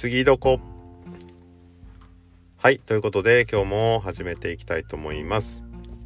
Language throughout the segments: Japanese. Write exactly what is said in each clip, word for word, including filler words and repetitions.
次どこ。はい、ということで今日も始めていきたいと思います。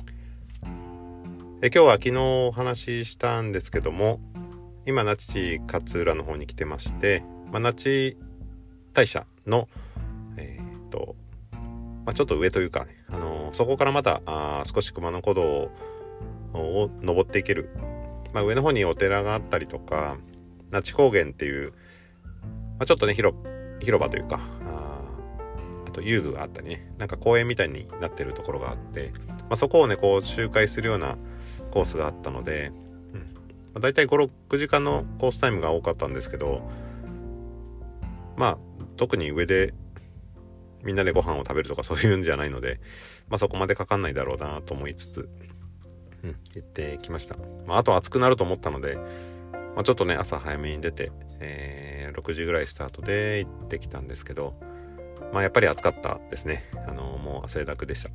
え今日は昨日お話ししたんですけども、今那智勝浦の方に来てまして、まあ、那智大社のえー、っと、まあ、ちょっと上というかね、あのー、そこからまたあ少し熊野古道を登っていける、まあ、上の方にお寺があったりとか、那智高原っていう、まあ、ちょっとね広広場というか、ああと遊具があったりね、なんか公園みたいになってるところがあって、まあ、そこをねこう周回するようなコースがあったので、うんまあ、だいたいご、ろくじかんのコースタイムが多かったんですけど、まあ特に上でみんなでご飯を食べるとかそういうんじゃないので、まあそこまでかかんないだろうなと思いつつ、うん、行ってきました。まああと暑くなると思ったので、まあ、ちょっとね朝早めに出て、えー、ろくじぐらいスタートで行ってきたんですけど、まあやっぱり暑かったですね。あのもう汗だくでした。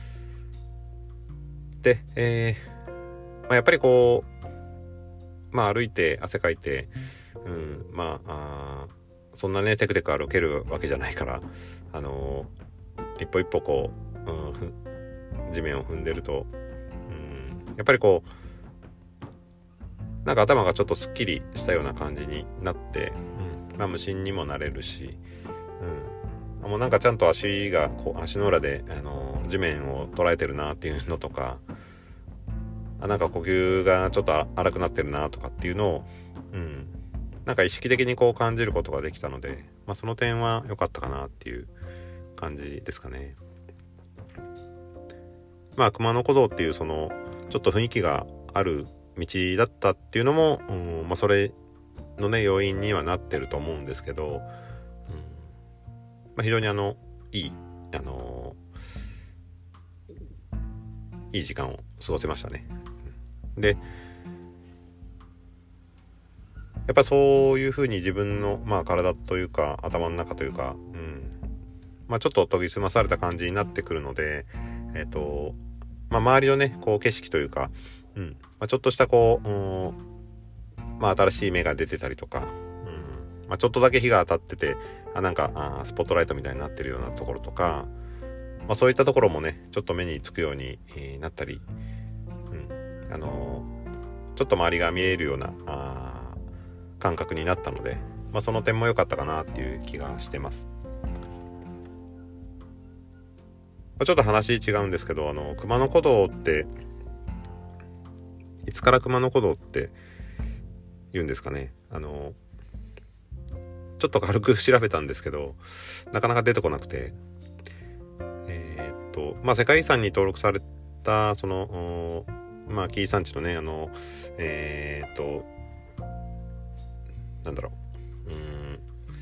で、えーまあ、やっぱりこうまあ歩いて汗かいて、うん、まあ、あそんなねテクテク歩けるわけじゃないから、あのー、一歩一歩こう、うん、地面を踏んでると、うん、やっぱりこうなんか頭がちょっとすっきりしたような感じになって、うん、まあ無心にもなれるし、うん、もうなんかちゃんと足がこう足の裏で、あのー、地面を捉えてるなっていうのとか、あなんか呼吸がちょっと荒くなってるなとかっていうのを、うん、なんか意識的にこう感じることができたので、まあ、その点は良かったかなっていう感じですかね。まあ熊野古道っていうそのちょっと雰囲気がある道だったっていうのも、うんまあ、それのね要因にはなってると思うんですけど、うんまあ、非常にあのいいあのいい時間を過ごせましたね。でやっぱそういう風に自分の、まあ、体というか頭の中というか、うんまあ、ちょっと研ぎ澄まされた感じになってくるので、えっとまあ、周りのねこう景色というか、うんまあ、ちょっとしたこう、うんまあ、新しい芽が出てたりとか、うんまあ、ちょっとだけ日が当たっててあなんかあスポットライトみたいになってるようなところとか、まあ、そういったところもねちょっと目につくように、えー、なったり、うんあのー、ちょっと周りが見えるようなあ感覚になったので、まあ、その点も良かったかなっていう気がしてます。まあ、ちょっと話違うんですけど、あの熊野古道っていつから熊野古道って言うんですかね。あのちょっと軽く調べたんですけどなかなか出てこなくて、えー、っとまあ世界遺産に登録されたそのまあ紀伊山地のねあのえー、っとなんだろううーん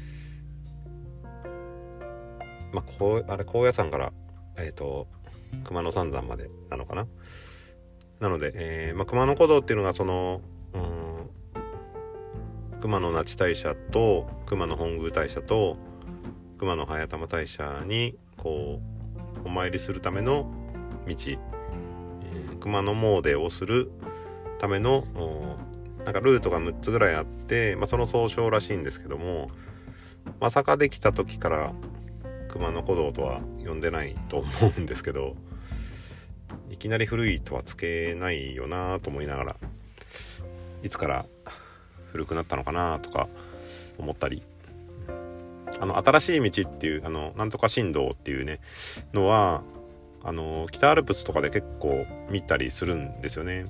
まあこうあれ高野山からえっ、と熊野三山までなのかな。なので、えーまあ、熊野古道っていうのがそのうん熊野那智大社と熊野本宮大社と熊野早玉大社にこうお参りするための道、えー、熊野詣をするためのなんかルートがむっつぐらいあって、まあ、その総称らしいんですけども、まさかできた時から熊野古道とは呼んでないと思うんですけど、いきなり古いとはつけないよなと思いながら、いつから古くなったのかなとか思ったり、あの新しい道っていうあのなんとか新道っていうねのはあの北アルプスとかで結構見たりするんですよね。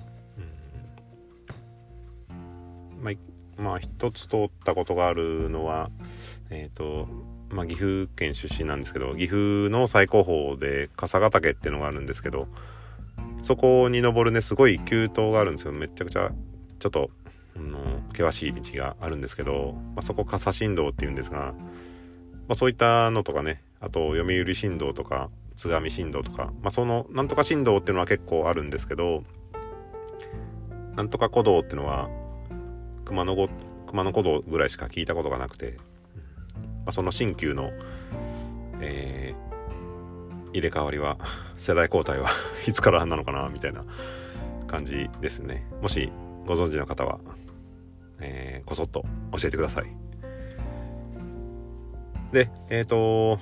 うん、まあ、まあ一つ通ったことがあるのはえっとまあ、岐阜県出身なんですけど、岐阜の最高峰で笠ヶ岳っていうのがあるんですけど、そこに登るねすごい急登があるんですよ。めちゃくちゃちょっとあの険しい道があるんですけど、まあ、そこ笠新道っていうんですが、まあ、そういったのとかね、あと読売新道とか津上新道とか、まあ、そのなんとか新道っていうのは結構あるんですけど、なんとか古道っていうのは熊野古熊野古道ぐらいしか聞いたことがなくて、まあ、その新旧の、えー、入れ替わりは世代交代はいつからなのかなみたいな感じですね。もしご存知の方は、えー、こそっと教えてください。 でえっ、ー、と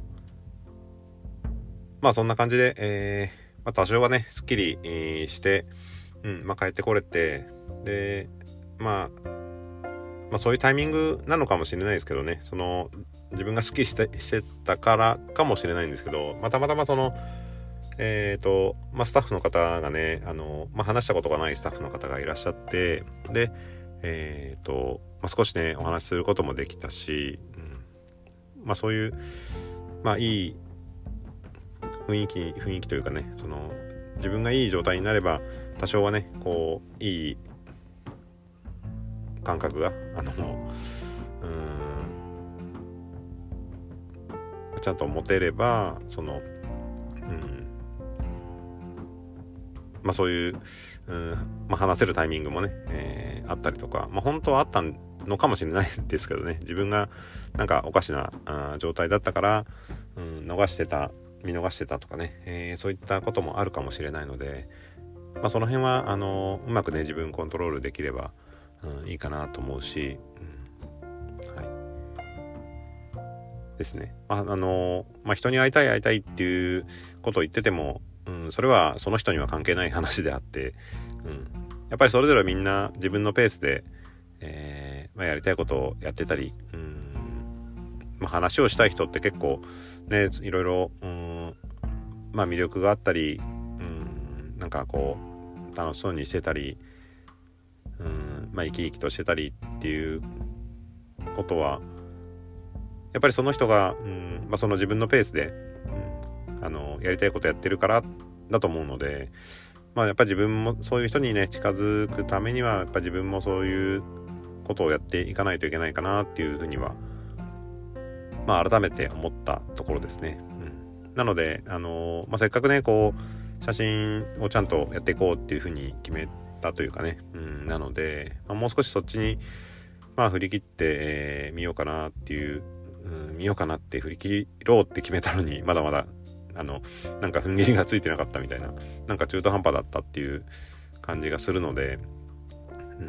まあそんな感じで、えーまあ、多少はねすっきり、えー、して、うんまあ、帰ってこれて、でまあまあそういうタイミングなのかもしれないですけどね、その自分がスッキリしてしてたからかもしれないんですけど、まあ、たまたまそのえっ、ー、と、まあ、スタッフの方がね、あの、まあ、話したことがないスタッフの方がいらっしゃって、で、えっ、ー、と、まあ、少しね、お話しすることもできたし、うん、まあ、そういう、まあ、いい雰囲気、雰囲気というかね、その、自分がいい状態になれば、多少はね、こう、いい感覚が、あの、うん、ちゃんと持てれば、その、うんまあ、そういう、うんまあ、話せるタイミングもね、えー、あったりとか、まあ、本当はあったのかもしれないですけどね、自分がなんかおかしなあ状態だったから、うん、逃してた見逃してたとかね、えー、そういったこともあるかもしれないので、まあ、その辺はあのうまくね自分コントロールできれば、うん、いいかなと思うし、うん、はいですね。まああのまあ、人に会いたい会いたいっていうことを言ってても、うん、それはその人には関係ない話であって、うん、やっぱりそれぞれみんな自分のペースで、えーまあ、やりたいことをやってたり、うんまあ、話をしたい人って結構ねいろいろ、うんまあ、魅力があったり、うん、なんかこう楽しそうにしてたり、うんまあ、生き生きとしてたりっていうことはやっぱりその人が、うんまあ、その自分のペースで、うん、あのやりたいことやってるからだと思うので、まあやっぱり自分もそういう人にね近づくためにはやっぱ自分もそういうことをやっていかないといけないかなっていうふうにはまあ改めて思ったところですね。うん、なのであのーまあ、せっかくねこう写真をちゃんとやっていこうっていうふうに決めたというかね、うん、なので、まあ、もう少しそっちにまあ振り切ってみ、えー、ようかなっていううん、見ようかなって振り切ろうって決めたのにまだまだあのなんか踏ん切りがついてなかったみたいな、なんか中途半端だったっていう感じがするので、うん、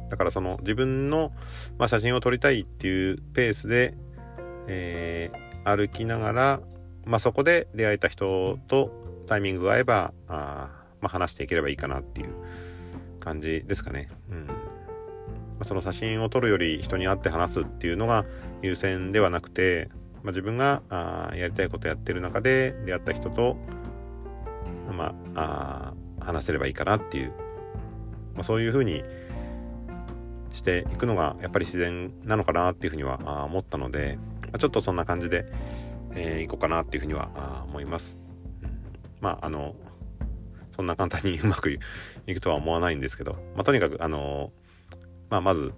だからその自分の、まあ、写真を撮りたいっていうペースで、えー、歩きながら、まあ、そこで出会えた人とタイミングが合えばあ、まあ、話していければいいかなっていう感じですかね。うんその写真を撮るより人に会って話すっていうのが優先ではなくて、まあ、自分があやりたいことやってる中で出会った人と、まあ、あ話せればいいかなっていう、まあ、そういう風にしていくのがやっぱり自然なのかなっていうふうには思ったので、まあ、ちょっとそんな感じで、えー、いこうかなっていうふうには思います。うん、まああのそんな簡単にうまくいくとは思わないんですけど、まあ、とにかくあのまあ、まず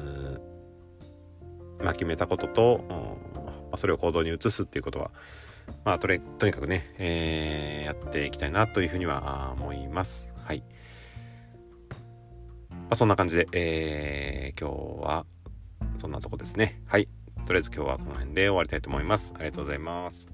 まあ、決めたことと、まあ、それを行動に移すっていうことは、まあ、と, れとにかくね、えー、やっていきたいなというふうには思います。はい。まあ、そんな感じで、えー、今日はそんなとこですね。はい。とりあえず今日はこの辺で終わりたいと思います。ありがとうございます。